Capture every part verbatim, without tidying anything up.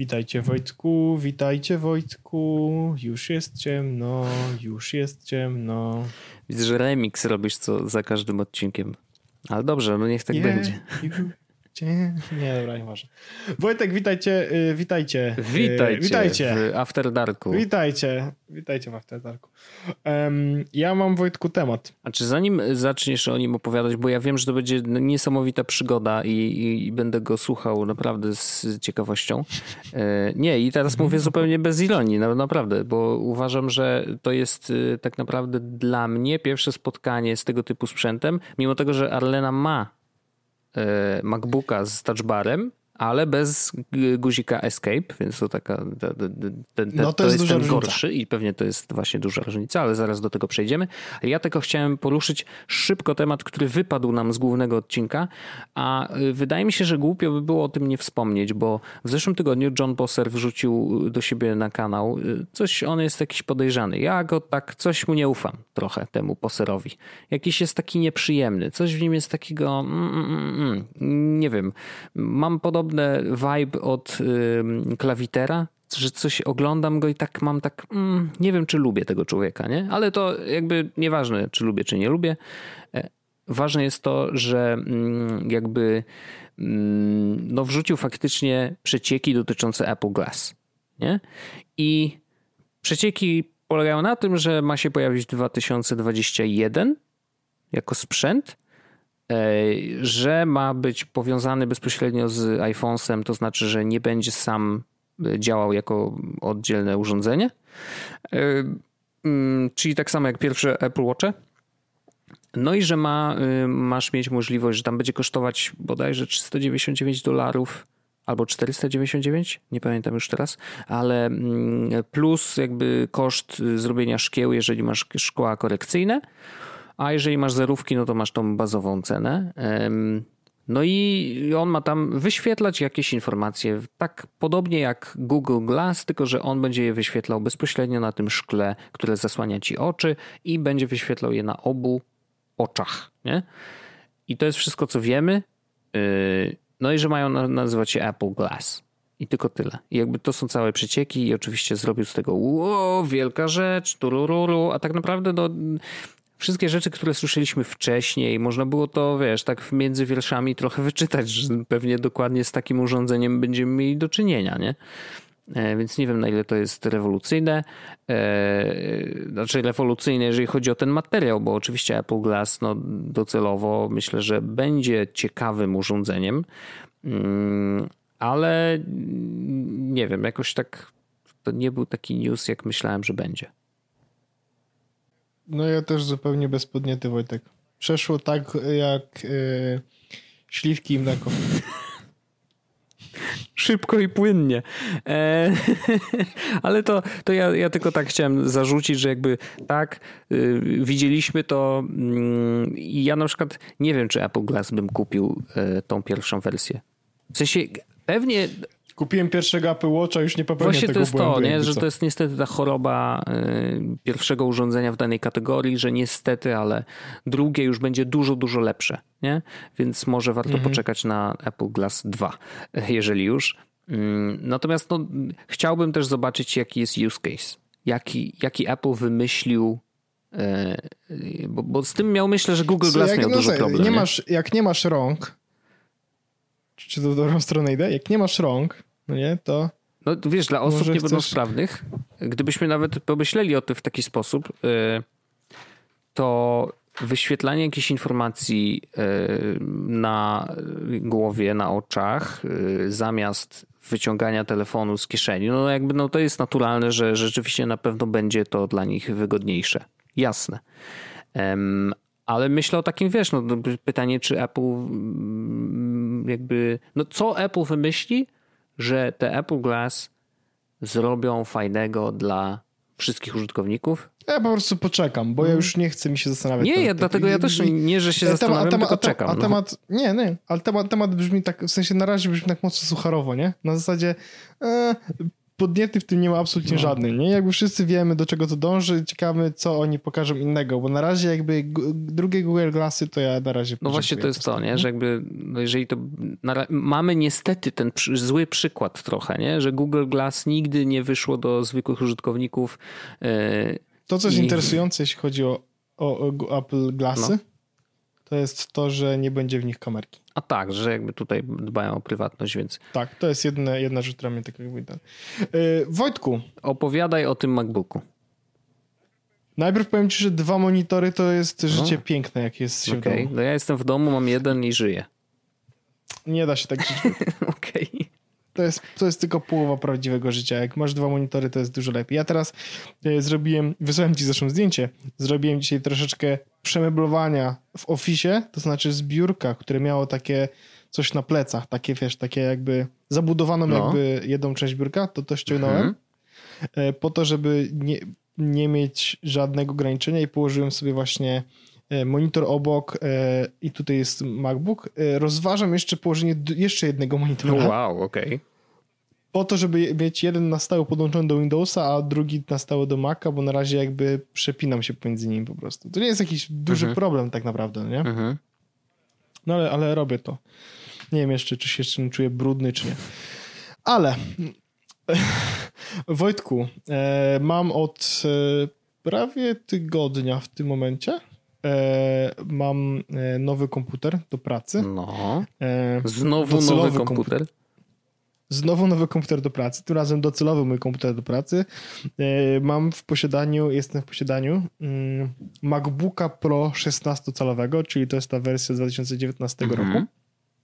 Witajcie Wojtku, witajcie Wojtku, już jest ciemno, już jest ciemno. Widzę, że remix robisz co za każdym odcinkiem. Ale dobrze, no niech tak Nie, będzie. Nie, dobra, nie może. Wojtek, witajcie, yy, witajcie. Witajcie, yy, witajcie w After Darku. Witajcie, witajcie w After Darku. Um, ja mam, Wojtku, temat. A czy zanim zaczniesz o nim opowiadać, bo ja wiem, że to będzie niesamowita przygoda i, i, i będę go słuchał naprawdę z ciekawością. Yy, nie, i teraz mówię zupełnie bez ironii, no, naprawdę, bo uważam, że to jest yy, tak naprawdę dla mnie pierwsze spotkanie z tego typu sprzętem, mimo tego, że Arlena ma MacBooka z touchbarem, ale bez guzika Escape, więc to taka te, te, te, no to, to jest, jest duża ten różnica. gorszy i pewnie to jest właśnie duża różnica, ale zaraz do tego przejdziemy. Ja tylko chciałem poruszyć szybko temat, który wypadł nam z głównego odcinka, a wydaje mi się, że głupio by było o tym nie wspomnieć, bo w zeszłym tygodniu John Prosser wrzucił do siebie na kanał coś, on jest jakiś podejrzany. Ja go tak, coś mu nie ufam trochę temu Prosserowi. Jakiś jest taki nieprzyjemny, coś w nim jest takiego mm, mm, mm, nie wiem, mam podobne vibe od y, Klawitera, że coś oglądam go i tak mam tak, mm, nie wiem, czy lubię tego człowieka, nie? Ale to jakby nieważne, czy lubię, czy nie lubię. Ważne jest to, że mm, jakby mm, no wrzucił faktycznie przecieki dotyczące Apple Glass, nie? I przecieki polegają na tym, że ma się pojawić dwa tysiące dwudziesty pierwszy jako sprzęt, że ma być powiązany bezpośrednio z iPhone'em, to znaczy, że nie będzie sam działał jako oddzielne urządzenie. Czyli tak samo jak pierwsze Apple Watche. No i że ma, masz mieć możliwość, że tam będzie kosztować bodajże trzysta dziewięćdziesiąt dziewięć dolarów albo czterysta dziewięćdziesiąt dziewięć, nie pamiętam już teraz, ale plus jakby koszt zrobienia szkieł, jeżeli masz szkła korekcyjne. A jeżeli masz zerówki, no to masz tą bazową cenę. No i on ma tam wyświetlać jakieś informacje, tak podobnie jak Google Glass, tylko że on będzie je wyświetlał bezpośrednio na tym szkle, które zasłania ci oczy i będzie wyświetlał je na obu oczach, nie? I to jest wszystko, co wiemy. No i że mają nazywać się Apple Glass. I tylko tyle. I jakby to są całe przecieki i oczywiście zrobił z tego wow, wielka rzecz, turururu, a tak naprawdę no... Wszystkie rzeczy, które słyszeliśmy wcześniej, można było to, wiesz, tak między wierszami trochę wyczytać, że pewnie dokładnie z takim urządzeniem będziemy mieli do czynienia, nie? E, więc nie wiem, na ile to jest rewolucyjne. E, znaczy rewolucyjne, jeżeli chodzi o ten materiał, bo oczywiście Apple Glass no, docelowo myślę, że będzie ciekawym urządzeniem, mm, ale nie wiem, jakoś tak to nie był taki news, jak myślałem, że będzie. No ja też zupełnie bezpodniety, Wojtek. Przeszło tak jak yy, śliwki i mleko. Szybko i płynnie. E, ale to, to ja, ja tylko tak chciałem zarzucić, że jakby tak y, widzieliśmy to i y, ja na przykład nie wiem, czy Apple Glass bym kupił y, tą pierwszą wersję. W sensie pewnie... Kupiłem pierwszego Apple Watcha, już nie popełniam Właśnie tego to jest błędu, to, nie? Że co? to jest niestety ta choroba y, pierwszego urządzenia w danej kategorii, że niestety, ale drugie już będzie dużo, dużo lepsze, nie? Więc może warto mhm. poczekać na Apple Glass dwa, jeżeli już. Y, natomiast no, chciałbym też zobaczyć, jaki jest use case. Jaki, jaki Apple wymyślił, y, bo, bo z tym miał, myślę, że Google Glass miał no, dużo problem. Nie nie? Masz, jak nie masz rąk, czy to w dobrą stronę idę? Jak nie masz rąk, no nie, to... No wiesz, dla osób Może niepełnosprawnych, chcesz... gdybyśmy nawet pomyśleli o tym w taki sposób, to wyświetlanie jakichś informacji na głowie, na oczach, zamiast wyciągania telefonu z kieszeni, no jakby no to jest naturalne, że rzeczywiście na pewno będzie to dla nich wygodniejsze. Jasne. Ale myślę o takim, wiesz, no pytanie, czy Apple jakby, no co Apple wymyśli, że te Apple Glass zrobią fajnego dla wszystkich użytkowników? Ja po prostu poczekam, bo ja już nie chcę mi się zastanawiać. Nie, ja, dlatego ja też nie, że się temat, zastanawiam, temat, tylko czekam. A temat, no. nie, nie, ale temat, temat brzmi tak, w sensie na razie brzmi tak mocno sucharowo, nie? Na zasadzie e, podniety w tym nie ma absolutnie no. żadnej, nie? Jakby wszyscy wiemy, do czego to dąży, ciekawe, co oni pokażą innego, bo na razie jakby g- drugie Google Glassy to ja na razie... No właśnie to jest to, nie? Że jakby, no jeżeli to... Na, mamy niestety ten przy, zły przykład trochę, nie? Że Google Glass nigdy nie wyszło do zwykłych użytkowników. Yy, to, co jest i... interesujące, jeśli chodzi o, o, o Apple Glassy, no. to jest to, że nie będzie w nich kamerki. A tak, że jakby tutaj dbają o prywatność, więc... Tak, to jest jedna, jedna rzecz, która mnie tak jakby... Yy, Wojtku. Opowiadaj o tym MacBooku. Najpierw powiem ci, że dwa monitory to jest życie no. piękne, jak jest się okay. w domu. No ja jestem w domu, mam jeden i żyję. Nie da się tak żyć. Okej. Okay. To jest, to jest tylko połowa prawdziwego życia. Jak masz dwa monitory, to jest dużo lepiej. Ja teraz e, zrobiłem, wysłałem ci zresztą zdjęcie, zrobiłem dzisiaj troszeczkę przemeblowania w Office'ie, to znaczy z biurka, które miało takie coś na plecach, takie wiesz, takie jakby zabudowaną no. jakby jedną część biurka, to to ściągnąłem mhm. e, po to, żeby nie, nie mieć żadnego ograniczenia i położyłem sobie właśnie monitor obok e, i tutaj jest MacBook. E, rozważam jeszcze położenie d- jeszcze jednego monitora. Wow, okej. Okay. Po to, żeby mieć jeden na stałe podłączony do Windowsa, a drugi na stałe do Maca, bo na razie jakby przepinam się pomiędzy nimi po prostu. To nie jest jakiś duży mhm. problem tak naprawdę, nie? Mhm. No ale, ale robię to. Nie wiem jeszcze, czy się jeszcze czuję brudny, czy nie. Ale Wojtku, e, mam od e, prawie tygodnia w tym momencie E, mam e, nowy komputer do pracy. No. E, Znowu nowy komputer. komputer. Znowu nowy komputer do pracy. Tym razem docelowy mój komputer do pracy. E, mam w posiadaniu, jestem w posiadaniu mm, MacBooka Pro szesnastocalowego, czyli to jest ta wersja z dwa tysiące dziewiętnastego mhm. roku.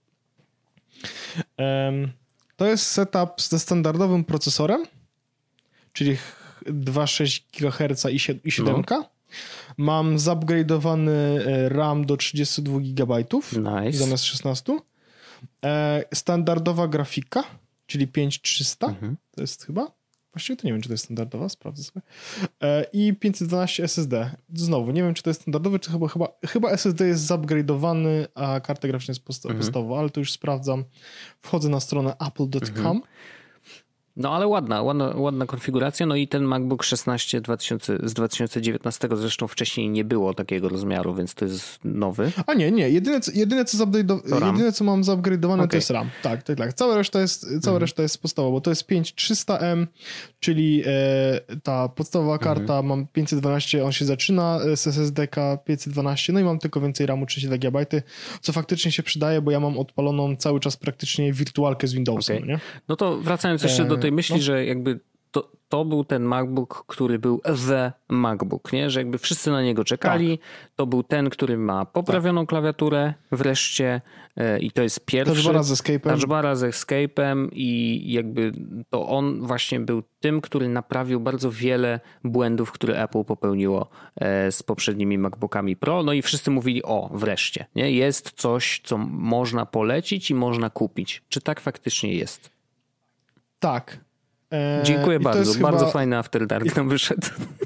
E, to jest setup ze standardowym procesorem, czyli dwa przecinek sześć gigaherca i siedem K. No. Mam zupgrade'owany RAM do trzydzieści dwa gigabajtów nice. zamiast szesnaście. E, standardowa grafika, czyli pięć tysięcy trzysta. Mhm. To jest chyba? Właściwie to nie wiem, czy to jest standardowa, sprawdzę sobie. E, I pięćset dwanaście S S D. Znowu, nie wiem, czy to jest standardowy, czy chyba, chyba, chyba S S D jest zupgrade'owany, a karta graficzna jest podstawowa, mhm. ale to już sprawdzam. Wchodzę na stronę apple kropka com. Mhm. No ale ładna, ładna, ładna konfiguracja. No i ten MacBook szesnaście z dwa tysiące dziewiętnastego zresztą wcześniej nie było takiego rozmiaru, więc to jest nowy. A nie, nie. Jedyne, co, jedyne, co, jedyne, co mam zupgrade'owane okay. to jest RAM. Tak, tak, tak. Cała reszta jest, cała mhm. reszta jest podstawowa, bo to jest pięć tysięcy trzysta M, czyli e, ta podstawowa karta, mhm. mam pięćset dwanaście, on się zaczyna z S S D K pięćset dwanaście, no i mam tylko więcej RAMu trzydzieści dwa gigabajty, co faktycznie się przydaje, bo ja mam odpaloną cały czas praktycznie wirtualkę z Windowsem. Okay. Nie? No to wracając jeszcze e, do tej myśli, no. że jakby to, to był ten MacBook, który był the MacBook, nie? Że jakby wszyscy na niego czekali. Tak. To był ten, który ma poprawioną tak. klawiaturę wreszcie yy, i to jest pierwszy. Touchbara z Escape'em. Touchbara z Escape'em i jakby to on właśnie był tym, który naprawił bardzo wiele błędów, które Apple popełniło yy, z poprzednimi MacBookami Pro. No i wszyscy mówili, o wreszcie, nie? Jest coś, co można polecić i można kupić. Czy tak faktycznie jest? Tak. Eee, Dziękuję bardzo. Bardzo chyba... fajny After Dark nam wyszedł.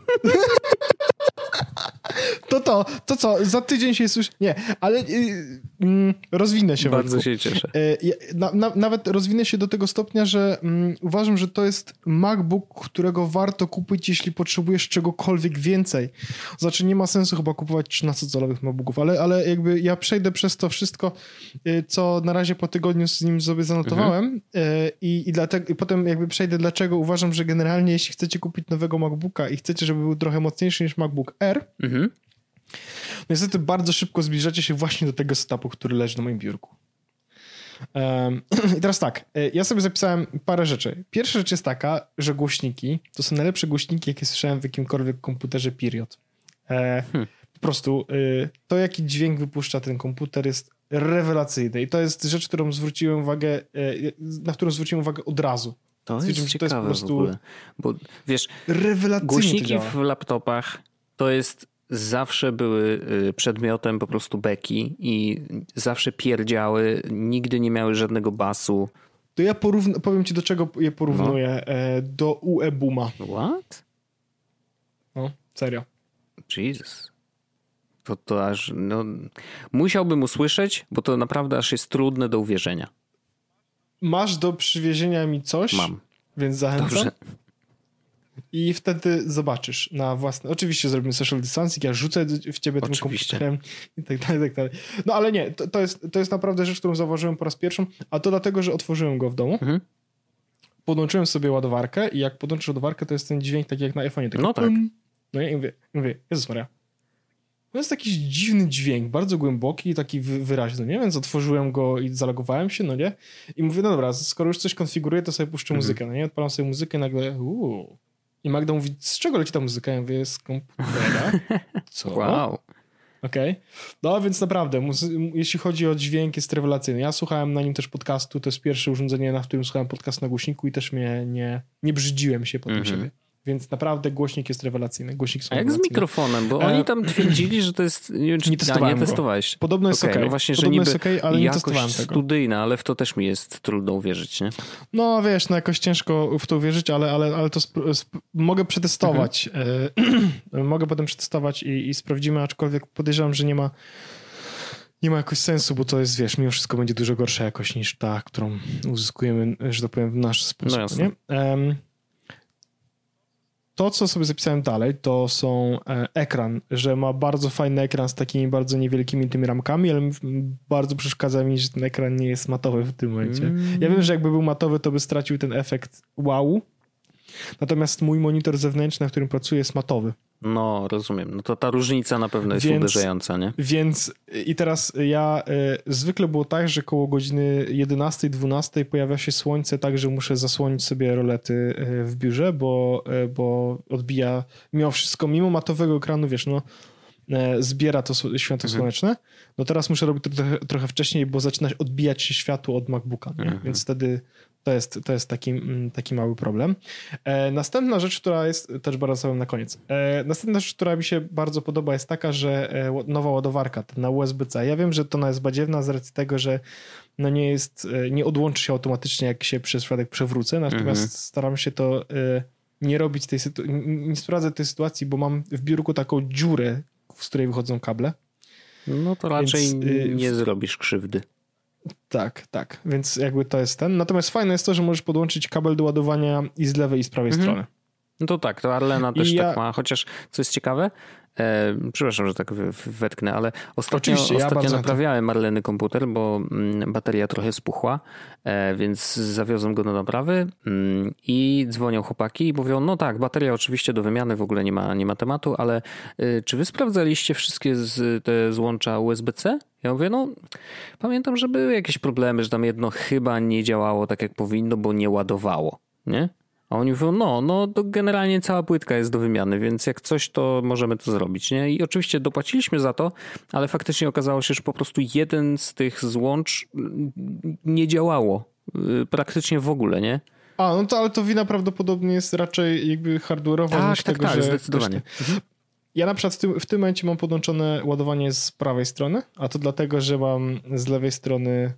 To to, to co, za tydzień się słyszy... Nie, ale yy, yy, rozwinę się. Bardzo Wojtku. się cieszę. Yy, na, na, nawet rozwinę się do tego stopnia, że yy, uważam, że to jest MacBook, którego warto kupić, jeśli potrzebujesz czegokolwiek więcej. Znaczy nie ma sensu chyba kupować trzynastocalowych MacBooków, ale, ale jakby ja przejdę przez to wszystko, yy, co na razie po tygodniu z nim sobie zanotowałem mhm. yy, i, i, dlatego, i potem jakby przejdę, dlaczego uważam, że generalnie jeśli chcecie kupić nowego MacBooka i chcecie, żeby był trochę mocniejszy niż MacBook Air, mhm. niestety bardzo szybko zbliżacie się właśnie do tego setupu, który leży na moim biurku. Um, I teraz tak, ja sobie zapisałem parę rzeczy. Pierwsza rzecz jest taka, że głośniki to są najlepsze głośniki, jakie słyszałem w jakimkolwiek komputerze, period. E, hmm. Po prostu y, to, jaki dźwięk wypuszcza ten komputer jest rewelacyjny i to jest rzecz, którą zwróciłem uwagę, y, na którą zwróciłem uwagę od razu. To jest ciekawe to jest po prostu w ogóle, bo wiesz, głośniki w laptopach to jest zawsze były przedmiotem po prostu beki i zawsze pierdziały, nigdy nie miały żadnego basu. To ja porówn- powiem ci, do czego je porównuję. No. Do U E Booma. What? No, serio. Jesus. To, to aż, no, musiałbym usłyszeć, bo to naprawdę aż jest trudne do uwierzenia. Masz do przywiezienia mi coś, Mam. więc zachęcam. Dobrze. I wtedy zobaczysz na własne... Oczywiście zrobimy social distancing, ja rzucę w ciebie tym Oczywiście. komputerem i tak dalej, i tak dalej. No ale nie, to, to, jest, to jest naprawdę rzecz, którą zauważyłem po raz pierwszy, a to dlatego, że otworzyłem go w domu, mhm. podłączyłem sobie ładowarkę i jak podłączysz ładowarkę, to jest ten dźwięk taki jak na iPhone'ie. Taki no tak. Pum. No i mówię, mówię, Jezus Maria. To jest jakiś dziwny dźwięk, bardzo głęboki i taki wy, wyraźny, nie? Więc otworzyłem go i zalogowałem się, no nie? I mówię, no dobra, skoro już coś konfiguruję, to sobie puszczę mhm. muzykę, no nie? Odpalam sobie muzykę i nagle, uuu. I Magda mówi, z czego leci ta muzyka? Ja mówię, z komputera. Co? Wow. Okej. Okay. No więc naprawdę, muzy- jeśli chodzi o dźwięk, jest rewelacyjny. Ja słuchałem na nim też podcastu, to jest pierwsze urządzenie, na którym słuchałem podcast na głośniku i też mnie nie, nie brzydziłem się po tym mhm. siebie. Więc naprawdę głośnik jest rewelacyjny. Głośnik A jak z mikrofonem? Bo oni tam twierdzili, że to jest... Nie, wiem, czy nie testowałem nie testowałeś. Podobno jest okej. Okay. No właśnie, Podobno że niby jest okej, okay, ale nie testowałem tego. studyjna, ale w to też mi jest trudno uwierzyć, nie? No wiesz, no jakoś ciężko w to uwierzyć, ale, ale, ale to sp- sp- mogę przetestować. Mhm. mogę potem przetestować i, i sprawdzimy, aczkolwiek podejrzewam, że nie ma nie ma jakoś sensu, bo to jest, wiesz, mimo wszystko będzie dużo gorsza jakość niż ta, którą uzyskujemy, że tak powiem, w nasz sposób. No jasne. Nie? Um, To, co sobie zapisałem dalej, to są e, ekran, że ma bardzo fajny ekran z takimi bardzo niewielkimi tymi ramkami, ale bardzo przeszkadza mi, że ten ekran nie jest matowy w tym momencie. Mm. Ja wiem, że jakby był matowy, to by stracił ten efekt wow, natomiast mój monitor zewnętrzny, na którym pracuję, jest matowy. No, rozumiem. No to ta różnica na pewno jest więc, uderzająca, nie? Więc i teraz ja, y, zwykle było tak, że koło godziny jedenastej, dwunastej pojawia się słońce, tak, że muszę zasłonić sobie rolety y, w biurze, bo, y, bo odbija, mimo wszystko, mimo matowego ekranu, wiesz, no, y, zbiera to światło mhm. słoneczne. No teraz muszę robić to trochę, trochę wcześniej, bo zaczyna odbijać się światło od MacBooka, nie? Mhm. Więc wtedy to jest, to jest taki, taki mały problem. E, następna rzecz, która jest, też bardzo sobie na koniec. E, następna rzecz, która mi się bardzo podoba, jest taka, że e, nowa ładowarka na U S B C. Ja wiem, że to ona jest badziewna z racji tego, że no nie jest, nie odłączy się automatycznie, jak się przez przypadek przewrócę, natomiast mhm. staram się to e, nie robić tej sytuacji, nie sprawdzę tej sytuacji, bo mam w biurku taką dziurę, z której wychodzą kable. No to raczej Więc, nie w... zrobisz krzywdy. Tak, tak, więc jakby to jest ten. Natomiast fajne jest to, że możesz podłączyć kabel do ładowania i z lewej i z prawej mhm. strony. No to tak, to Arlena też ja... tak tak ma, chociaż co jest ciekawe, e, przepraszam, że tak wetknę, ale ostatnio, ostatnio ja naprawiałem Arleny komputer, bo mm, bateria trochę spuchła, e, więc zawiozłem go do naprawy mm, i dzwonią chłopaki i mówią, no tak, bateria oczywiście do wymiany, w ogóle nie ma, nie ma tematu, ale y, czy wy sprawdzaliście wszystkie z, te złącza U S B C? Ja mówię, no pamiętam, że były jakieś problemy, że tam jedno chyba nie działało tak jak powinno, bo nie ładowało, nie? A oni mówią, no, no to generalnie cała płytka jest do wymiany, więc jak coś, to możemy to zrobić, nie? I oczywiście dopłaciliśmy za to, ale faktycznie okazało się, że po prostu jeden z tych złącz nie działało praktycznie w ogóle, nie? A, no to ale to wina prawdopodobnie jest raczej jakby hardware'owa tak, niż tak, tego, tak, że... zdecydowanie. Też... Ja na przykład w tym, w tym momencie mam podłączone ładowanie z prawej strony, a to dlatego, że mam z lewej strony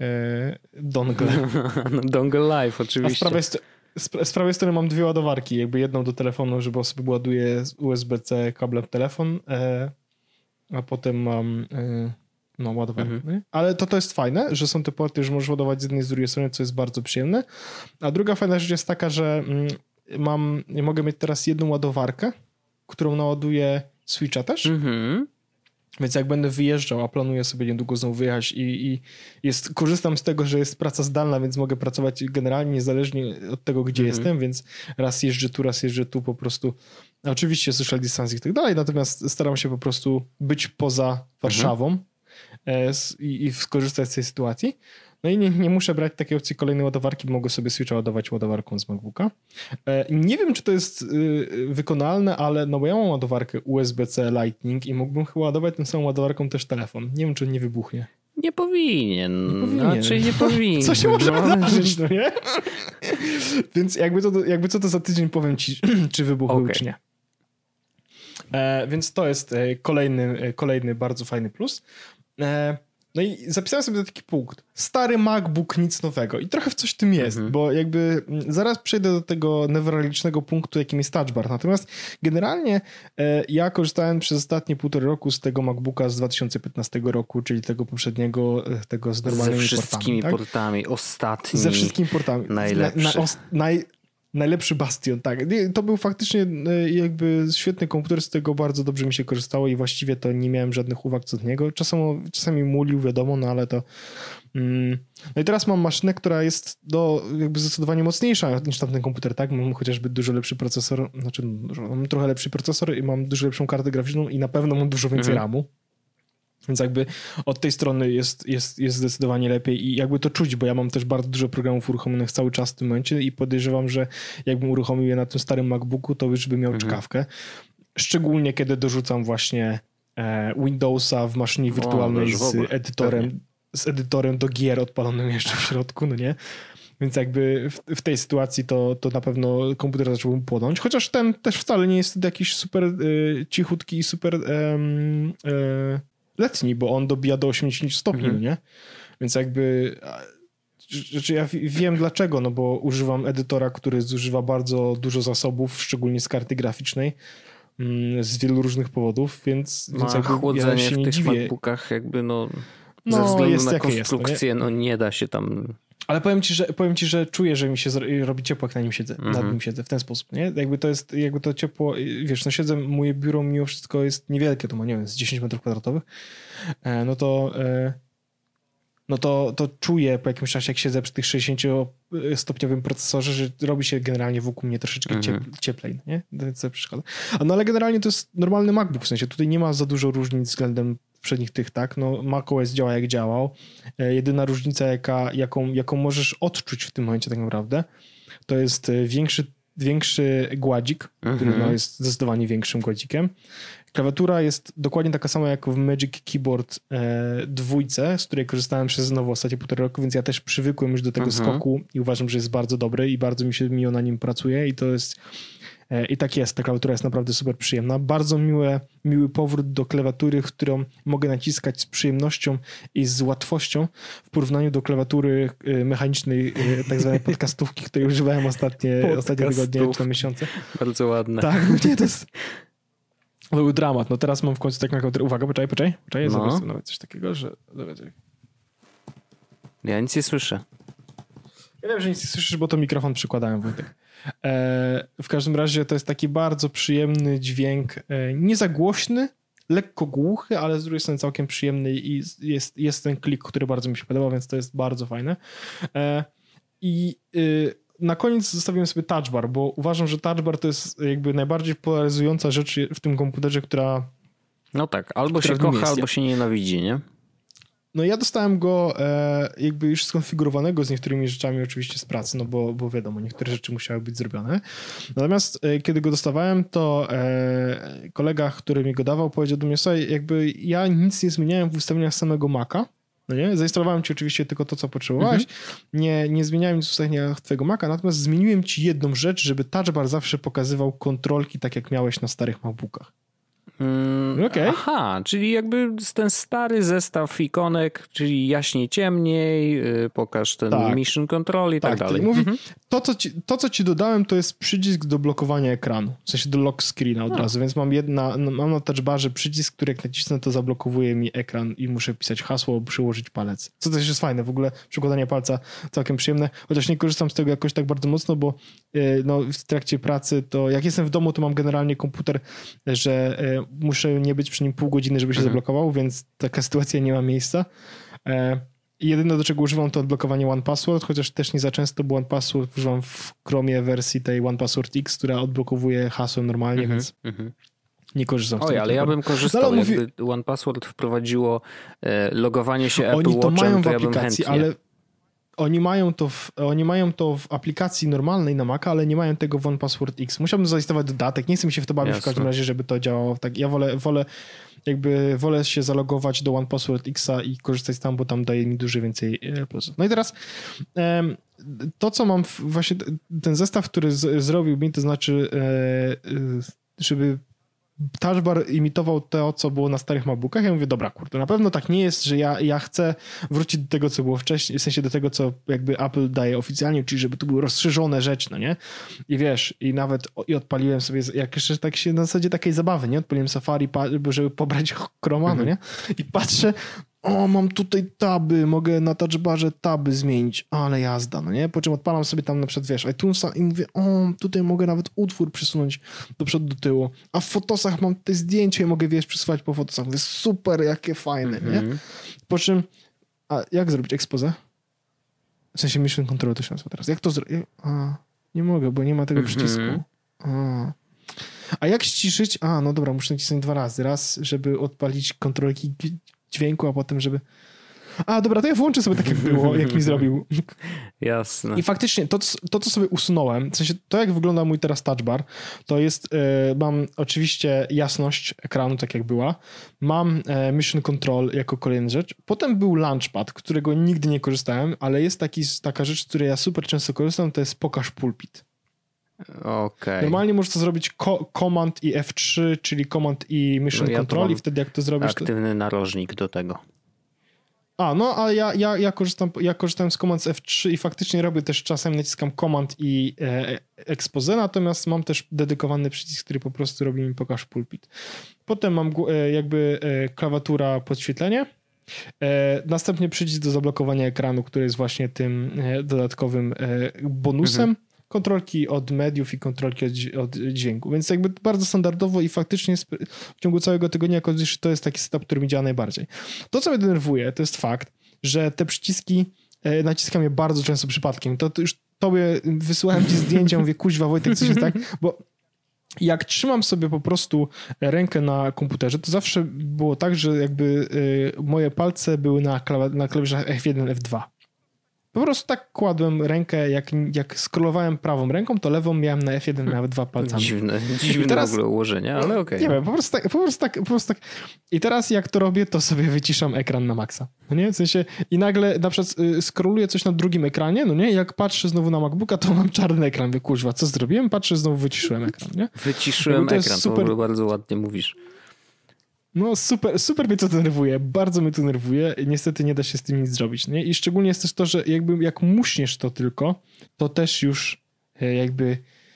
e, dongle. Dongle Live, oczywiście. A z prawej, z, z prawej strony mam dwie ładowarki, jakby jedną do telefonu, żeby sobie ładuję z U S B C kablem telefon, e, a potem mam e, no, ładowarkę. Mhm. Ale to, to jest fajne, że są te porty, że możesz ładować z jednej i z drugiej strony, co jest bardzo przyjemne. A druga fajna rzecz jest taka, że mm, mam, mogę mieć teraz jedną ładowarkę, którą naładuję Switcha też. Mhm. Więc jak będę wyjeżdżał, a planuję sobie niedługo znowu wyjechać i, i jest, korzystam z tego, że jest praca zdalna, więc mogę pracować generalnie niezależnie od tego, gdzie mhm. jestem, więc raz jeżdżę tu, raz jeżdżę tu po prostu. Oczywiście social distancing i tak dalej, natomiast staram się po prostu być poza Warszawą mhm. i, i skorzystać z tej sytuacji. No i nie, nie muszę brać takiej opcji kolejnej ładowarki, bo mogę sobie Switcha ładować ładowarką z MacBooka. Nie wiem, czy to jest wykonalne, ale no bo ja mam ładowarkę U S B C Lightning i mógłbym chyba ładować tą samą ładowarką też telefon. Nie wiem, czy nie wybuchnie. Nie powinien. Nie powinien. Znaczy nie powinien. Co się może wydarzyć, no nie? Więc jakby, to, jakby co to za tydzień powiem ci, czy wybuchł, okay. czy nie. E, więc to jest kolejny, kolejny bardzo fajny plus. E, No i zapisałem sobie taki punkt. Stary MacBook, nic nowego. I trochę w coś w tym jest, mhm. bo jakby zaraz przejdę do tego newralgicznego punktu, jakim jest Touch Bar. Natomiast generalnie e, ja korzystałem przez ostatnie półtorej roku z tego MacBooka z dwa tysiące piętnastego roku, czyli tego poprzedniego, tego z normalnymi portami. Ze wszystkimi portami, portami, tak? ostatni. Ze wszystkimi portami. Najlepszy. Na, na, os, naj, Najlepszy Bastion, tak. To był faktycznie jakby świetny komputer, z tego bardzo dobrze mi się korzystało i właściwie to nie miałem żadnych uwag co do niego. Czasem, czasami mulił, wiadomo, no ale to... Mm. No i teraz mam maszynę, która jest do, jakby zdecydowanie mocniejsza niż tamten komputer, tak? Mam chociażby dużo lepszy procesor, znaczy dużo, mam trochę lepszy procesor i mam dużo lepszą kartę graficzną i na pewno mam dużo więcej mhm. ramu. Więc jakby od tej strony jest, jest, jest zdecydowanie lepiej i jakby to czuć, bo ja mam też bardzo dużo programów uruchomionych cały czas w tym momencie i podejrzewam, że jakbym uruchomił je na tym starym MacBooku, to już bym miał mhm. czkawkę. Szczególnie kiedy dorzucam właśnie e, Windowsa w maszynie wirtualnej o, z edytorem pewnie. z edytorem do gier odpalonym jeszcze w środku, no nie? Więc jakby w, w tej sytuacji to, to na pewno komputer zaczął płonąć, chociaż ten też wcale nie jest jakiś super y, cichutki i super y, y, letni, bo on dobija do osiemdziesiąt stopni, mhm. no nie? Więc jakby rzeczy ja wiem dlaczego, no bo używam edytora, który zużywa bardzo dużo zasobów, szczególnie z karty graficznej, z wielu różnych powodów, więc, Ma więc jakby chłodzenie ja się w nie tych dziwię. MacBookach jakby no... No, Ze względu jest na jakie konstrukcję, jest, no, no nie da się tam... Ale powiem ci, że, powiem ci, że czuję, że mi się robi ciepło, jak na nim siedzę, Mhm. nad nim siedzę w ten sposób, nie? Jakby to jest, jakby to ciepło, wiesz, no siedzę, moje biuro mimo wszystko jest niewielkie, to ma, nie wiem, z dziesięć metrów kwadratowych, no to, no to, to czuję po jakimś czasie, jak siedzę przy tych sześćdziesięciostopniowym procesorze, że robi się generalnie wokół mnie troszeczkę Mhm. cieplej, nie? To przeszkadza. No ale generalnie to jest normalny MacBook, w sensie tutaj nie ma za dużo różnic względem poprzednich tych, tak, no macOS działa jak działał. E, jedyna różnica, jaka, jaką, jaką możesz odczuć w tym momencie tak naprawdę, to jest większy, większy gładzik, mhm. który no, jest zdecydowanie większym gładzikiem. Klawiatura jest dokładnie taka sama jak w Magic Keyboard e, dwójce, z której korzystałem przez znowu ostatnie półtora roku, więc ja też przywykłem już do tego mhm. skoku i uważam, że jest bardzo dobry i bardzo mi się miło na nim pracuje i to jest I tak jest, ta klawiatura jest naprawdę super przyjemna. Bardzo miłe, miły powrót do klawiatury, którą mogę naciskać z przyjemnością i z łatwością w porównaniu do klawiatury mechanicznej, tak zwanej podcastówki, której używałem ostatnie, ostatnie tygodnie czy miesiące. Bardzo ładne. Tak, no nie, to jest... To był dramat. No teraz mam w końcu taką klawiaturę. Uwaga, poczekaj, poczekaj. poczekaj no. Zobacz nawet coś takiego, że... Ja nic nie słyszę. Ja wiem, że nic nie słyszysz, bo to mikrofon przykładałem, Wojtek. E, w każdym razie to jest taki bardzo przyjemny dźwięk, e, nie za głośny, lekko głuchy, ale z drugiej strony całkiem przyjemny i jest, jest ten klik, który bardzo mi się podoba, więc to jest bardzo fajne. E, I y, na koniec zostawiłem sobie touch bar, bo uważam, że touch bar to jest jakby najbardziej polaryzująca rzecz w tym komputerze, która... No tak, albo się kocha, albo się nienawidzi, nie? No ja dostałem go e, jakby już skonfigurowanego z niektórymi rzeczami oczywiście z pracy, no bo, bo wiadomo, niektóre rzeczy musiały być zrobione. Natomiast e, kiedy go dostawałem, to e, kolega, który mi go dawał, powiedział do mnie, słuchaj, jakby ja nic nie zmieniałem w ustawieniach samego Maca, no nie? Zainstalowałem ci oczywiście tylko to, co potrzebowałeś, mhm. nie, nie zmieniałem nic w ustawieniach twojego Maca, natomiast zmieniłem ci jedną rzecz, żeby touch bar zawsze pokazywał kontrolki tak, jak miałeś na starych MacBookach. Mm, okay. Aha, czyli jakby ten stary zestaw ikonek, czyli jaśniej, ciemniej, yy, pokaż ten tak. mission control i tak, tak dalej. Mówi, mhm. to, co ci, to, co ci dodałem, to jest przycisk do blokowania ekranu, w sensie do lock screena od A. razu, więc mam, jedna, mam na touch barze przycisk, który jak nacisnę, to zablokowuje mi ekran i muszę pisać hasło, przyłożyć palec. Co też jest fajne, w ogóle przykładanie palca całkiem przyjemne, chociaż nie korzystam z tego jakoś tak bardzo mocno, bo yy, no, w trakcie pracy to jak jestem w domu, to mam generalnie komputer, że yy, muszę nie być przy nim pół godziny, żeby się mhm. zablokował, więc taka sytuacja nie ma miejsca. E, jedyne, do czego używam, to odblokowanie One Password, chociaż też nie za często, bo One Password używam w Chromie wersji tej One Password X, która odblokowuje hasłem normalnie, mhm. więc mhm. nie korzystam z tego. Oj, ale ja bym korzystał, no, jakby mówi... One Password wprowadziło e, logowanie się Apple Oni to Watchem, mają w to ja aplikacji, bym ale Oni mają, to w, oni mają to w aplikacji normalnej na Maca, ale nie mają tego w One Password X. Musiałbym zainstalować dodatek. Nie chcę mi się w to bawić Jasne. w każdym razie, żeby to działało tak. Ja wolę, wolę jakby wolę się zalogować do One Password Xa i korzystać tam, bo tam daje mi dużo więcej plusów. No i teraz um, to, co mam w, właśnie ten zestaw, który z, zrobił mi, to znaczy e, żeby touch bar imitował to, co było na starych MacBookach. Ja mówię, dobra, kurde, na pewno tak nie jest, że ja, ja chcę wrócić do tego, co było wcześniej, w sensie do tego, co jakby Apple daje oficjalnie, czyli żeby to były rozszerzone rzeczy, no nie? I wiesz, i nawet i odpaliłem sobie, jak jeszcze tak się na zasadzie takiej zabawy, nie? Odpaliłem Safari, żeby pobrać Chroma, no nie? I patrzę, o, mam tutaj taby, mogę na touchbarze taby zmienić, ale jazda, no nie? Po czym odpalam sobie tam na przykład, wiesz, iTunesa i mówię, o, tutaj mogę nawet utwór przesunąć do przodu, do tyłu, a w fotosach mam te zdjęcie i mogę, wiesz, przesuwać po fotosach. Mówię, super, jakie fajne, mm-hmm. nie? Po czym, a jak zrobić expose? W sensie Mission Control to się nazywa teraz. Jak to zrobić? A, nie mogę, bo nie ma tego mm-hmm. przycisku. A. a jak ściszyć? A, no dobra, muszę nacisnąć dwa razy. Raz, żeby odpalić kontrolki dźwięku, a potem, żeby... A, dobra, to ja włączę sobie tak, jak było, jak mi zrobił. Jasne. I faktycznie to, to, co sobie usunąłem, w sensie to, jak wygląda mój teraz touch bar, to jest, yy, mam oczywiście jasność ekranu, tak jak była. Mam yy, Mission Control jako kolejna rzecz. Potem był Launchpad, którego nigdy nie korzystałem, ale jest taki, taka rzecz, z której ja super często korzystam, to jest pokaż pulpit. Okay. Normalnie możesz to zrobić ko- Command i F trzy, czyli Command i Mission no ja Control i wtedy jak to zrobisz... Aktywny to... narożnik do tego. A, no, ale ja, ja, ja, korzystam, ja korzystam z Command z F trzy i faktycznie robię też czasem, naciskam Command i e, Expose, natomiast mam też dedykowany przycisk, który po prostu robi mi pokaż pulpit. Potem mam e, jakby e, klawiatura podświetlenie, e, następnie przycisk do zablokowania ekranu, który jest właśnie tym e, dodatkowym e, bonusem. Mhm. Kontrolki od mediów i kontrolki od, od dźwięku. Więc jakby bardzo standardowo i faktycznie w ciągu całego tygodnia to jest taki setup, który mi działa najbardziej. To, co mnie denerwuje, to jest fakt, że te przyciski naciskam je bardzo często przypadkiem. To, to już tobie wysyłałem ci zdjęcia, mówię, kuźwa Wojtek, coś jest tak, bo jak trzymam sobie po prostu rękę na komputerze, to zawsze było tak, że jakby moje palce były na, klaw- na klawiszach F jeden, F dwa. Po prostu tak kładłem rękę, jak, jak scrollowałem prawą ręką, to lewą miałem na F jeden, na F dwa palcami. Dziwne, dziwne teraz, w ogóle ułożenie, ale okej. Okay. Nie wiem, po prostu, tak, po, prostu tak, po prostu tak. I teraz jak to robię, to sobie wyciszam ekran na maksa. No nie? W sensie i nagle na przykład y, scrolluję coś na drugim ekranie, no nie? Jak patrzę znowu na MacBooka, to mam czarny ekran. Mówię, kurwa, co zrobiłem? Patrzę, znowu wyciszyłem ekran, nie? Wyciszyłem to ekran, super... to bardzo ładnie mówisz. No super, super mnie to denerwuje, bardzo mnie to denerwuje, niestety nie da się z tym nic zrobić, nie? I szczególnie jest też to, że jakby jak muśniesz to tylko, to też już jakby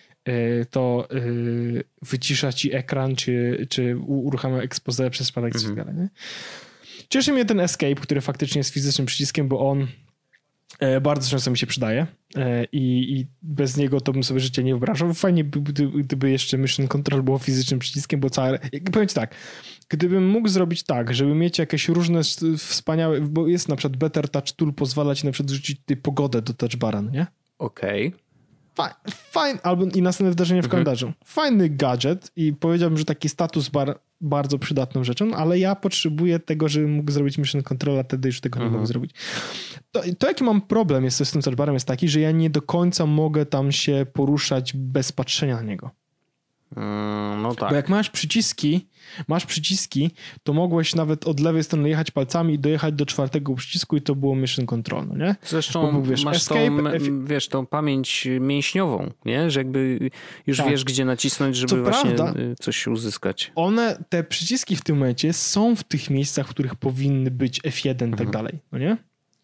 to wycisza ci ekran, czy, czy uruchamia expose przez przypadek mhm. i tak dalej, nie? Cieszy mnie ten Escape, który faktycznie jest fizycznym przyciskiem, bo on bardzo często mi się przydaje i, i bez niego to bym sobie życie nie wyobrażał. Fajnie by, gdyby, gdyby jeszcze Mission Control było fizycznym przyciskiem, bo całe... Powiem ci tak, gdybym mógł zrobić tak, żeby mieć jakieś różne wspaniałe, bo jest na przykład Better Touch Tool, pozwala ci na przykład rzucić tutaj pogodę do touchbara, no nie? Okej. Okay. Fajny, albo i następne wydarzenie w mhm. kalendarzu. Fajny gadżet i powiedziałbym, że taki status bar bardzo przydatną rzeczą, ale ja potrzebuję tego, żebym mógł zrobić Mission Control, a wtedy już tego mhm. nie mogę zrobić. To, to jaki mam problem jest z tym touchbarem jest taki, że ja nie do końca mogę tam się poruszać bez patrzenia na niego. Mm, no tak. Bo jak masz przyciski, masz przyciski, to mogłeś nawet od lewej strony jechać palcami i dojechać do czwartego przycisku i to było Mission Control, no nie? Zresztą Bo, wiesz, masz escape, tą, F... wiesz, tą pamięć mięśniową, nie? Że jakby już tak. wiesz, gdzie nacisnąć, żeby Co właśnie prawda, coś uzyskać. One, te przyciski w tym momencie są w tych miejscach, w których powinny być F jeden i mhm. tak dalej, no nie?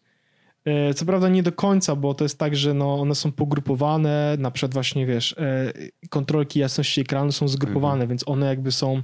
Co prawda nie do końca, bo to jest tak, że no one są pogrupowane, na przykład właśnie wiesz, kontrolki jasności ekranu są zgrupowane, mhm. więc one jakby są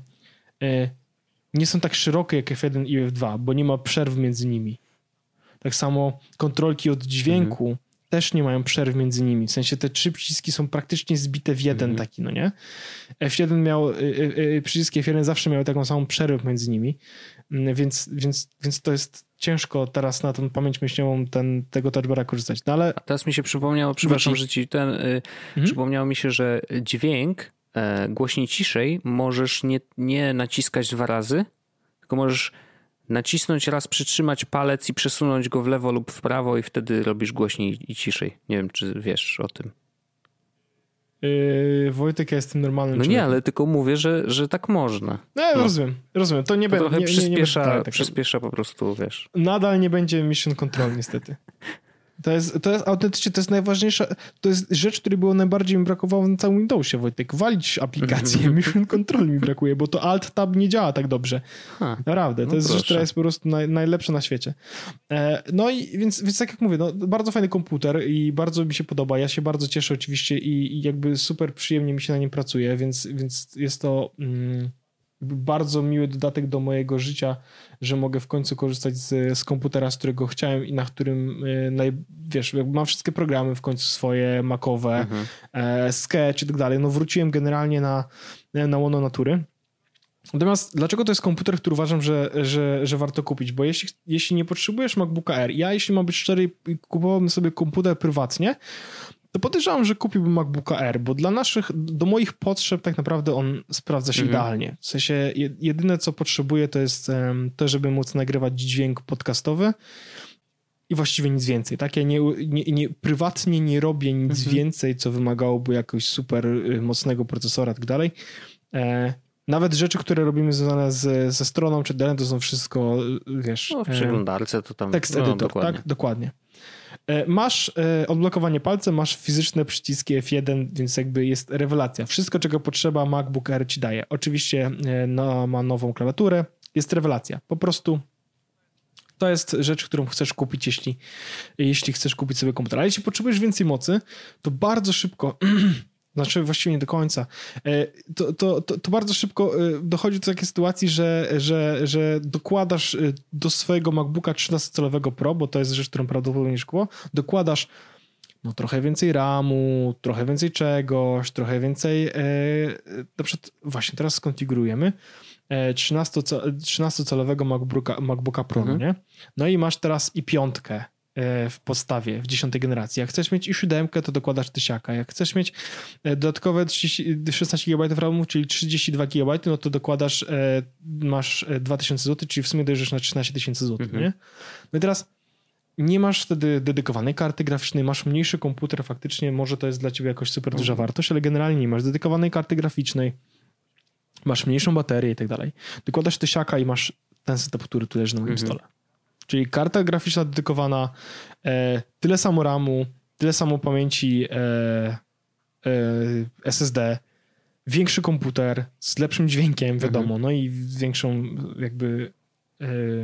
nie są tak szerokie jak F jeden i F dwa, bo nie ma przerw między nimi. Tak samo kontrolki od dźwięku mhm. też nie mają przerw między nimi. W sensie te trzy przyciski są praktycznie zbite w jeden mhm. taki, no nie? F jeden miał, przyciski F jeden zawsze miały taką samą przerwę między nimi, więc, więc, więc to jest ciężko teraz na tą pamięć myślową ten, tego touchbara korzystać. No ale... A teraz mi się przypomniało, przepraszam, że ci ten, y, mhm. przypomniało mi się, że dźwięk y, głośniej ciszej możesz nie, nie naciskać dwa razy, tylko możesz nacisnąć raz, przytrzymać palec i przesunąć go w lewo lub w prawo i wtedy robisz głośniej i ciszej. Nie wiem, czy wiesz o tym. Yy, Wojtek, ja jestem normalnym No człowiekiem. nie, ale tylko mówię, że, że tak można. No, no. rozumiem, rozumiem. To nie to będzie. Trochę nie, przyspiesza, nie, nie, tak, przyspiesza po prostu, wiesz. Nadal nie będzie Mission Control, niestety. To jest, to jest autentycznie, to jest najważniejsza, to jest rzecz, której było najbardziej mi brakowało na całym Windowsie, Wojtek. Walić aplikację, Mission Control mi brakuje, bo to Alt Tab nie działa tak dobrze. Ha, Naprawdę, to no jest proszę. rzecz, która jest po prostu naj, najlepsza na świecie. E, no i więc, więc tak jak mówię, no, bardzo fajny komputer i bardzo mi się podoba. Ja się bardzo cieszę oczywiście i, i jakby super przyjemnie mi się na nim pracuje, więc, więc jest to... Mm, bardzo miły dodatek do mojego życia, że mogę w końcu korzystać z, z komputera, z którego chciałem i na którym, naj, wiesz, mam wszystkie programy w końcu swoje, macowe, mhm. e, Sketch i tak dalej. No wróciłem generalnie na, na łono natury. Natomiast dlaczego to jest komputer, który uważam, że, że, że warto kupić? Bo jeśli, jeśli nie potrzebujesz MacBooka Air, ja jeśli mam być szczery, kupowałbym sobie komputer prywatnie, to podejrzewam, że kupiłbym MacBooka Air, bo dla naszych, do moich potrzeb tak naprawdę on sprawdza się mhm. idealnie. W sensie jedyne, co potrzebuję, to jest to, żeby móc nagrywać dźwięk podcastowy i właściwie nic więcej. Tak? Ja nie, nie, nie, prywatnie nie robię nic mhm. więcej, co wymagałoby jakiegoś super mocnego procesora i tak dalej. E, Nawet rzeczy, które robimy związane z, ze stroną czy dalej, to są wszystko, wiesz... No w przeglądarce to tam... Tekst no, edytor, dokładnie. tak? Dokładnie. Masz odblokowanie palcem, masz fizyczne przyciski F jeden, więc jakby jest rewelacja. Wszystko, czego potrzeba, MacBook Air ci daje. Oczywiście no, ma nową klawiaturę, jest rewelacja. Po prostu to jest rzecz, którą chcesz kupić, jeśli, jeśli chcesz kupić sobie komputer. Ale jeśli potrzebujesz więcej mocy, to bardzo szybko... Znaczy właściwie nie do końca. To, to, to, to bardzo szybko dochodzi do takiej sytuacji, że, że, że dokładasz do swojego MacBooka trzynastocalowego Pro, bo to jest rzecz, którą prawdopodobnie nie szkło, dokładasz no, trochę więcej ramu, trochę więcej czegoś, trochę więcej e, na przykład właśnie teraz skonfigurujemy trzynastocalowego MacBooka, MacBooka Pro, mhm. nie? No i masz teraz i piątkę w podstawie, w dziesiątej generacji. Jak chcesz mieć i siódemkę, to dokładasz tysiaka. Jak chcesz mieć dodatkowe szesnaście gigabajtów ramu, czyli trzydzieści dwa gigabajty, no to dokładasz, masz dwa tysiące złotych, czyli w sumie dojeżdżasz na trzynaście tysięcy złotych, mhm. nie? No i teraz nie masz wtedy dedykowanej karty graficznej, masz mniejszy komputer, faktycznie może to jest dla ciebie jakoś super duża mhm. wartość, ale generalnie nie masz dedykowanej karty graficznej, masz mniejszą baterię i tak dalej. Dokładasz tysiaka i masz ten setup, który tu leży na moim mhm. stole. Czyli karta graficzna dedykowana, e, tyle samo ramu, tyle samo pamięci e, e, S S D, większy komputer z lepszym dźwiękiem, wiadomo, mhm. no i większą jakby e,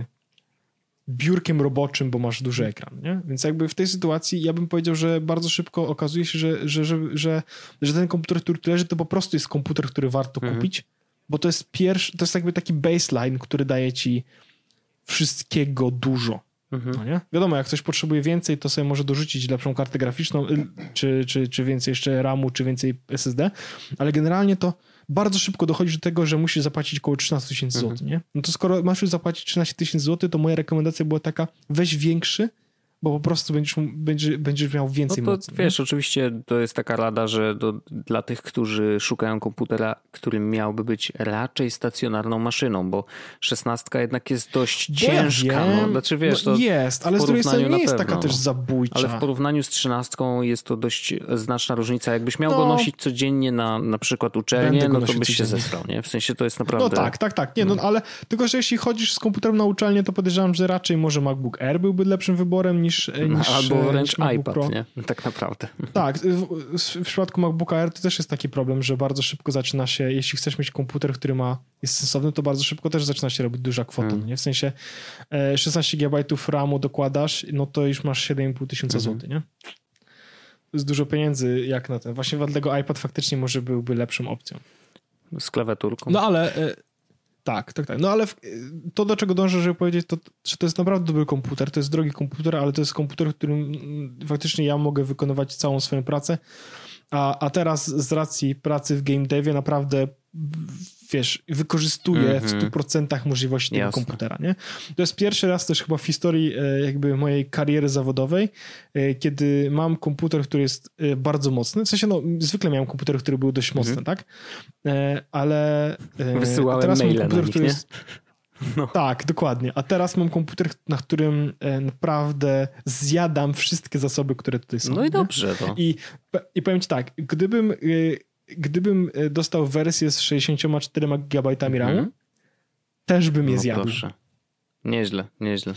biurkiem roboczym, bo masz duży ekran, nie? Więc jakby w tej sytuacji ja bym powiedział, że bardzo szybko okazuje się, że, że, że, że, że ten komputer, który tu leży, to po prostu jest komputer, który warto mhm. kupić, bo to jest pierwszy, to jest jakby taki baseline, który daje ci wszystkiego dużo. Mhm. No nie? Wiadomo, jak ktoś potrzebuje więcej, to sobie może dorzucić lepszą kartę graficzną, czy, czy, czy więcej jeszcze ramu, czy więcej S S D, ale generalnie to bardzo szybko dochodzi do tego, że musisz zapłacić około trzynaście tysięcy złotych, mhm. nie? No to skoro masz już zapłacić trzynaście tysięcy złotych, to moja rekomendacja była taka, weź większy, bo po prostu będziesz, będziesz, będziesz miał więcej no to, mocy. Wiesz, nie? Oczywiście to jest taka rada, że do, dla tych, którzy szukają komputera, którym miałby być raczej stacjonarną maszyną, bo szesnastka jednak jest dość ja ciężka. Wiem. No, znaczy, wiesz, no jest, ale z drugiej strony nie jest taka też no. zabójcza. Ale w porównaniu z trzynastką jest to dość znaczna różnica. Jakbyś miał no. go nosić codziennie na na przykład uczelnię, no to byś się codziennie. zesrał, nie? W sensie to jest naprawdę... No tak, tak, tak. Nie, no, ale tylko, że jeśli chodzisz z komputerem na uczelnię, to podejrzewam, że raczej może MacBook Air byłby lepszym wyborem niż, niż albo wręcz iPad, Pro. nie? Tak naprawdę. Tak, w, w przypadku MacBooka Air to też jest taki problem, że bardzo szybko zaczyna się, jeśli chcesz mieć komputer, który ma, jest sensowny, to bardzo szybko też zaczyna się robić duża kwota, hmm. nie? W sensie e, szesnaście gigabajtów ramu dokładasz, no to już masz siedem i pół tysiąca hmm. złotych, nie? To jest dużo pieniędzy jak na ten. Właśnie dlatego iPad faktycznie może byłby lepszą opcją. Z klawiaturką. No ale... E, Tak, tak, tak. No ale w, to, do czego dążę, żeby powiedzieć, to, że to jest naprawdę dobry komputer, to jest drogi komputer, ale to jest komputer, w którym faktycznie ja mogę wykonywać całą swoją pracę, a, a teraz z racji pracy w game devie naprawdę, wiesz, wykorzystuję mm-hmm. w stu procentach możliwości tego Jasne. komputera, nie? To jest pierwszy raz też chyba w historii jakby mojej kariery zawodowej, kiedy mam komputer, który jest bardzo mocny, w sensie no, zwykle miałem komputer, który był dość mocny, mm-hmm. tak? Ale wysyłałem teraz mam komputer, nich, który nie? jest... No. Tak, dokładnie. A teraz mam komputer, na którym naprawdę zjadam wszystkie zasoby, które tutaj są. No i nie? dobrze. To. I, I powiem ci tak, gdybym, gdybym dostał wersję z sześćdziesięcioma czterema gigabajtami mm-hmm. ramu, też bym je no zjadł. Proszę. Nieźle, nieźle.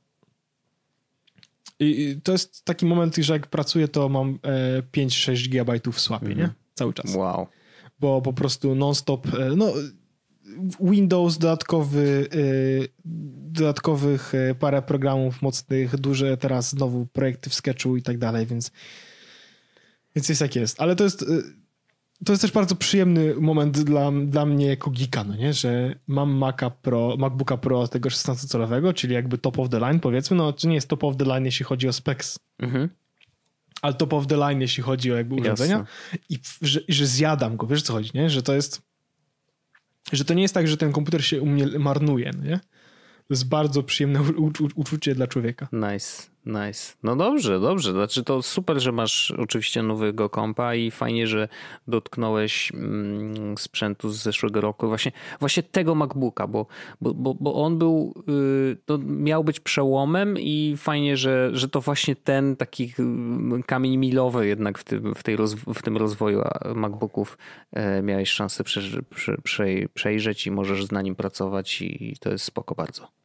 I to jest taki moment, że jak pracuję, to mam pięć sześć gigabajtów w słapie, mm-hmm. nie? Cały czas. Wow. Bo po prostu non-stop, no... Windows, dodatkowy, yy, dodatkowych yy, parę programów mocnych, duże teraz znowu projekty w Sketchu i tak dalej, więc, więc jest jak jest. Ale to jest, yy, to jest też bardzo przyjemny moment dla, dla mnie jako geeka, no nie? Że mam Maca Pro, MacBooka Pro tego szesnastocalowego, czyli jakby top of the line powiedzmy, no czy nie jest top of the line jeśli chodzi o specs, mhm. ale top of the line jeśli chodzi o jakby urządzenia i że, że zjadam go, wiesz co chodzi, nie? Że to jest, że to nie jest tak, że ten komputer się u mnie marnuje, no nie? To jest bardzo przyjemne u, u, uczucie dla człowieka. Nice, nice. No dobrze, dobrze. Znaczy to super, że masz oczywiście nowego kompa i fajnie, że dotknąłeś mm, sprzętu z zeszłego roku. Właśnie, właśnie tego MacBooka, bo, bo, bo, bo on był, yy, to miał być przełomem i fajnie, że, że to właśnie ten taki kamień milowy jednak w tym, w tej rozw- w tym rozwoju MacBooków yy, miałeś szansę prze, prze, prze, przejrzeć i możesz na nim pracować i to jest spoko bardzo.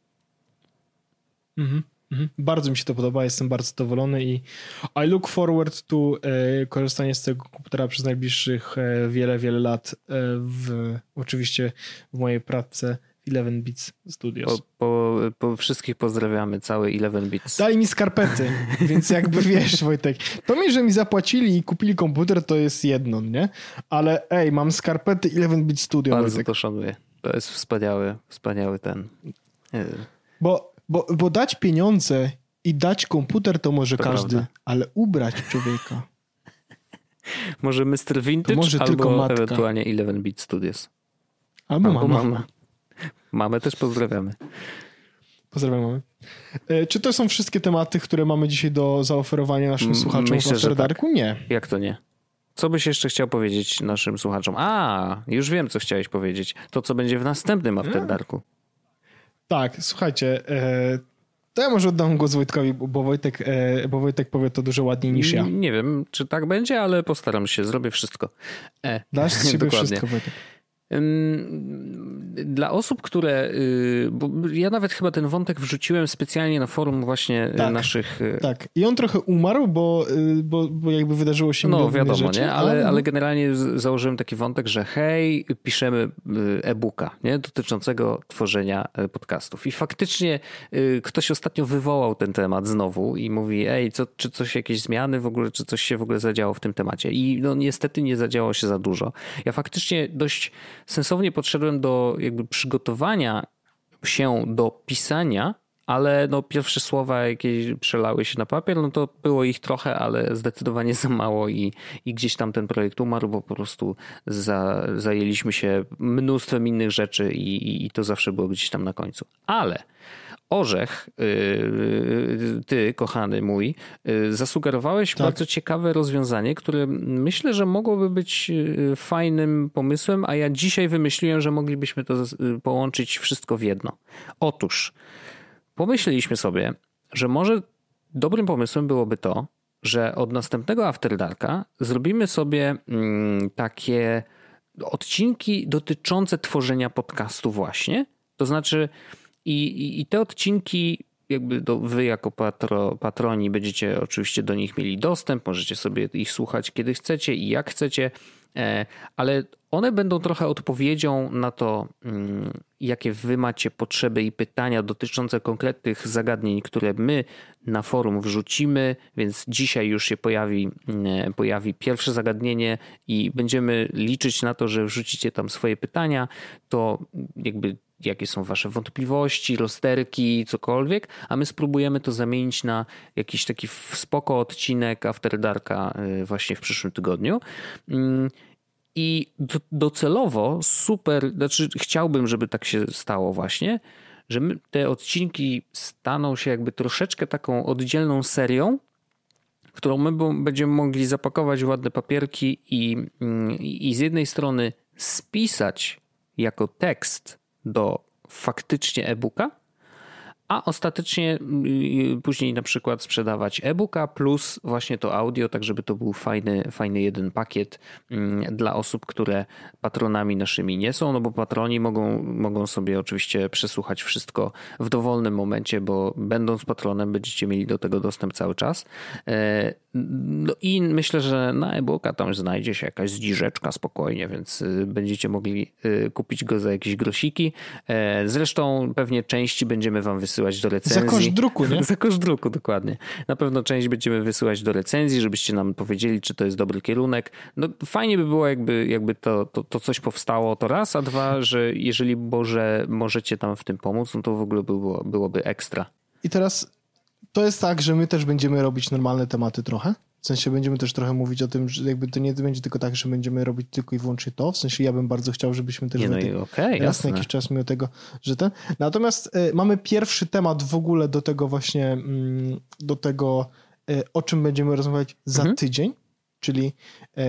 Mhm. Mhm. Bardzo mi się to podoba, jestem bardzo zadowolony i I look forward to e, korzystanie z tego komputera przez najbliższych e, wiele, wiele lat e, w, oczywiście w mojej pracce w eleven bits Studios. Po, po, po wszystkich pozdrawiamy, cały eleven bits. Dali mi skarpety, więc jakby wiesz, Wojtek, to mi, że mi zapłacili i kupili komputer, to jest jedno, nie? Ale ej, mam skarpety eleven bits Studio. Bardzo Wojtek. to szanuję. To jest wspaniały, wspaniały ten... Bo Bo, bo dać pieniądze i dać komputer to może to każdy, prawda. Ale ubrać człowieka. Może mister Vintage to może albo tylko matka. Ewentualnie eleven bit Studios. Albo, albo mama. mama. Mamę też pozdrawiamy. Pozdrawiam mamy. E, czy to są wszystkie tematy, które mamy dzisiaj do zaoferowania naszym słuchaczom Myślę, w After Darku? Tak. Nie. Jak to nie? Co byś jeszcze chciał powiedzieć naszym słuchaczom? A, już wiem, co chciałeś powiedzieć. To, co będzie w następnym After Darku. Tak, słuchajcie, e, to ja może oddam głos Wojtkowi, bo Wojtek, e, bo Wojtek powie to dużo ładniej niż ja. Nie wiem, czy tak będzie, ale postaram się, zrobię wszystko. E, Dasz z siebie wszystko, Wojtek. Dla osób, które... Bo ja nawet chyba ten wątek wrzuciłem specjalnie na forum właśnie tak, naszych... Tak, i on trochę umarł, bo, bo, bo jakby wydarzyło się No wiadomo, rzeczy, nie? Ale, ale generalnie założyłem taki wątek, że hej, piszemy e-booka, nie? Dotyczącego tworzenia podcastów. I faktycznie ktoś ostatnio wywołał ten temat znowu i mówi, ej, co, czy coś, jakieś zmiany w ogóle, czy coś się w ogóle zadziało w tym temacie. I no niestety nie zadziało się za dużo. Ja faktycznie dość sensownie podszedłem do jakby przygotowania się do pisania, ale no pierwsze słowa, jakie przelały się na papier, no to było ich trochę, ale zdecydowanie za mało i, i gdzieś tam ten projekt umarł, bo po prostu za, zajęliśmy się mnóstwem innych rzeczy i, i to zawsze było gdzieś tam na końcu. Ale Orzech, ty, kochany mój, zasugerowałeś tak. bardzo ciekawe rozwiązanie, które myślę, że mogłoby być fajnym pomysłem, a ja dzisiaj wymyśliłem, że moglibyśmy to połączyć wszystko w jedno. Otóż pomyśleliśmy sobie, że może dobrym pomysłem byłoby to, że od następnego After Darka zrobimy sobie takie odcinki dotyczące tworzenia podcastu właśnie. To znaczy i, i, i te odcinki jakby do, wy jako patro, patroni będziecie oczywiście do nich mieli dostęp, możecie sobie ich słuchać kiedy chcecie i jak chcecie, ale one będą trochę odpowiedzią na to, jakie wy macie potrzeby i pytania dotyczące konkretnych zagadnień, które my na forum wrzucimy, więc dzisiaj już się pojawi, pojawi pierwsze zagadnienie i będziemy liczyć na to, że wrzucicie tam swoje pytania, to jakby jakie są wasze wątpliwości, rozterki, cokolwiek, a my spróbujemy to zamienić na jakiś taki spoko odcinek After Darka właśnie w przyszłym tygodniu. I docelowo super, znaczy chciałbym, żeby tak się stało właśnie, że my, te odcinki staną się jakby troszeczkę taką oddzielną serią, którą my będziemy mogli zapakować w ładne papierki i, i z jednej strony spisać jako tekst do faktycznie e-booka, a ostatecznie później na przykład sprzedawać e-booka plus właśnie to audio, tak żeby to był fajny, fajny jeden pakiet dla osób, które patronami naszymi nie są, no bo patroni mogą, mogą sobie oczywiście przesłuchać wszystko w dowolnym momencie, bo będąc patronem będziecie mieli do tego dostęp cały czas. No i myślę, że na e-booka tam znajdzie się jakaś zniżeczka spokojnie, więc będziecie mogli kupić go za jakieś grosiki. Zresztą pewnie części będziemy wam wysyłać wysyłać do recenzji. Za koszt druku, nie? Za koszt druku, dokładnie. Na pewno część będziemy wysyłać do recenzji, żebyście nam powiedzieli, czy to jest dobry kierunek. No fajnie by było, jakby, jakby to, to, to coś powstało, to raz, a dwa, że jeżeli Boże, możecie tam w tym pomóc, no to w ogóle było, byłoby ekstra. I teraz to jest tak, że my też będziemy robić normalne tematy trochę. W sensie będziemy też trochę mówić o tym, że jakby to nie będzie tylko tak, że będziemy robić tylko i wyłącznie to. W sensie ja bym bardzo chciał, żebyśmy też nie, no i okay, raz na jakiś czas mimo tego, że ten. Natomiast y, mamy pierwszy temat w ogóle do tego właśnie, y, do tego, y, o czym będziemy rozmawiać za mhm. tydzień. Czyli y,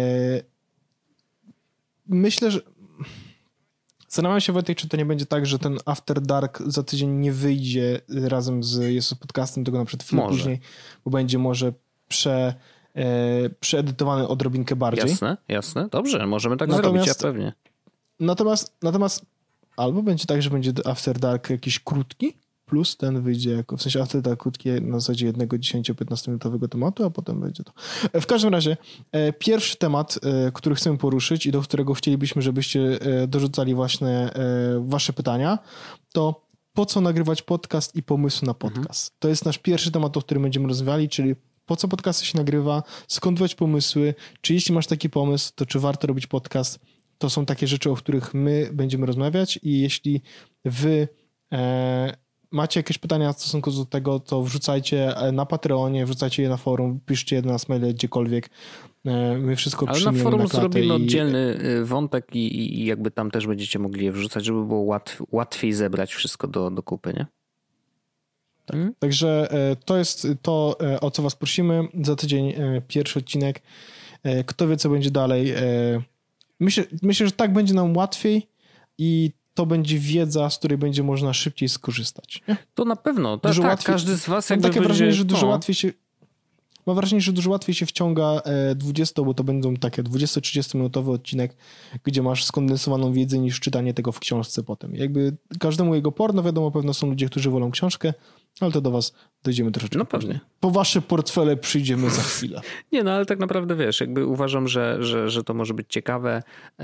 myślę, że zastanawiam się, Wojtek, czy to nie będzie tak, że ten After Dark za tydzień nie wyjdzie razem z Jesus Podcastem, tego na przykład chwilę później, bo będzie może prze... E, przeedytowany odrobinkę bardziej. Jasne, jasne. Dobrze, możemy tak natomiast, zrobić, ja pewnie. Natomiast, natomiast albo będzie tak, że będzie After Dark jakiś krótki, plus ten wyjdzie jako, w sensie After Dark krótki na zasadzie jednego dziesięcio-piętnasto minutowego tematu, a potem będzie to. W każdym razie, e, pierwszy temat, e, który chcemy poruszyć i do którego chcielibyśmy, żebyście e, dorzucali właśnie e, wasze pytania, to po co nagrywać podcast i pomysł na podcast. Mhm. To jest nasz pierwszy temat, o którym będziemy rozmawiali, czyli po co podcasty się nagrywa, skąd brać pomysły, czy jeśli masz taki pomysł, to czy warto robić podcast. To są takie rzeczy, o których my będziemy rozmawiać i jeśli wy e, macie jakieś pytania w stosunku do tego, to wrzucajcie na Patreonie, wrzucajcie je na forum, piszcie je do nas maile gdziekolwiek. E, my wszystko Ale przyjmiemy na forum na zrobimy i... oddzielny wątek i, i jakby tam też będziecie mogli je wrzucać, żeby było łatw, łatwiej zebrać wszystko do, do kupy, nie? Tak. Hmm? Także to jest to, o co was prosimy. Za tydzień pierwszy odcinek. Kto wie, co będzie dalej. Myślę, myślę, że tak będzie nam łatwiej i to będzie wiedza, z której będzie można szybciej skorzystać. Nie? To na pewno. Ta, tak, łatwiej, każdy z was jakby mam takie będzie... wrażenie, że dużo no. łatwiej się... Mam wrażenie, że dużo łatwiej się wciąga dwudziesto, bo to będą takie dwudziesto-trzydziesto minutowy odcinek, gdzie masz skondensowaną wiedzę niż czytanie tego w książce potem. Jakby każdemu jego porno, wiadomo, pewno są ludzie, którzy wolą książkę, ale to do was dojdziemy troszeczkę. No pewnie. Po wasze portfele przyjdziemy za chwilę. Nie, no ale tak naprawdę wiesz, jakby uważam, że, że, że to może być ciekawe yy,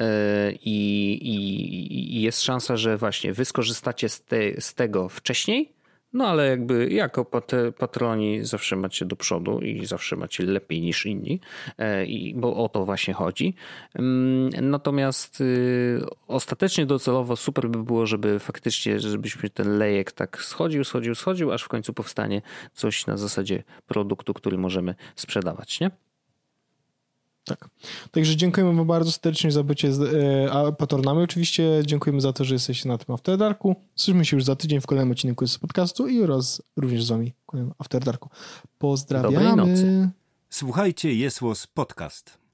i, i jest szansa, że właśnie wy skorzystacie z, te, z tego wcześniej. No ale jakby jako pat, patroni zawsze macie do przodu i zawsze macie lepiej niż inni, i, bo o to właśnie chodzi. Natomiast y, ostatecznie docelowo super by było, żeby faktycznie, żebyśmy ten lejek tak schodził, schodził, schodził, aż w końcu powstanie coś na zasadzie produktu, który możemy sprzedawać, nie? Tak. Także dziękujemy wam bardzo serdecznie za bycie z e, patronami. Oczywiście dziękujemy za to, że jesteście na tym After Darku. Słyszymy się już za tydzień w kolejnym odcinku z podcastu i oraz również z wami w kolejnym After Darku. Pozdrawiamy. Dobrej nocy. Słuchajcie, Jest Podcast.